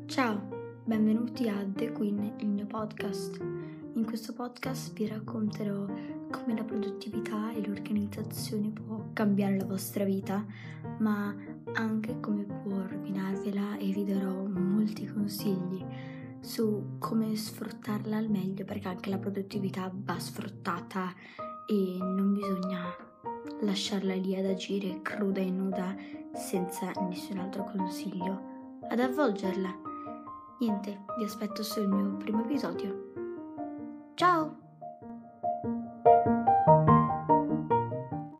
Ciao, benvenuti a The Queen, il mio podcast. In questo podcast vi racconterò come la produttività e l'organizzazione può cambiare la vostra vita, ma anche come può rovinarvela, e vi darò molti consigli su come sfruttarla al meglio, perché anche la produttività va sfruttata e non bisogna lasciarla lì ad agire cruda e nuda senza nessun altro consiglio ad avvolgerla. Niente, vi aspetto sul mio primo episodio. Ciao!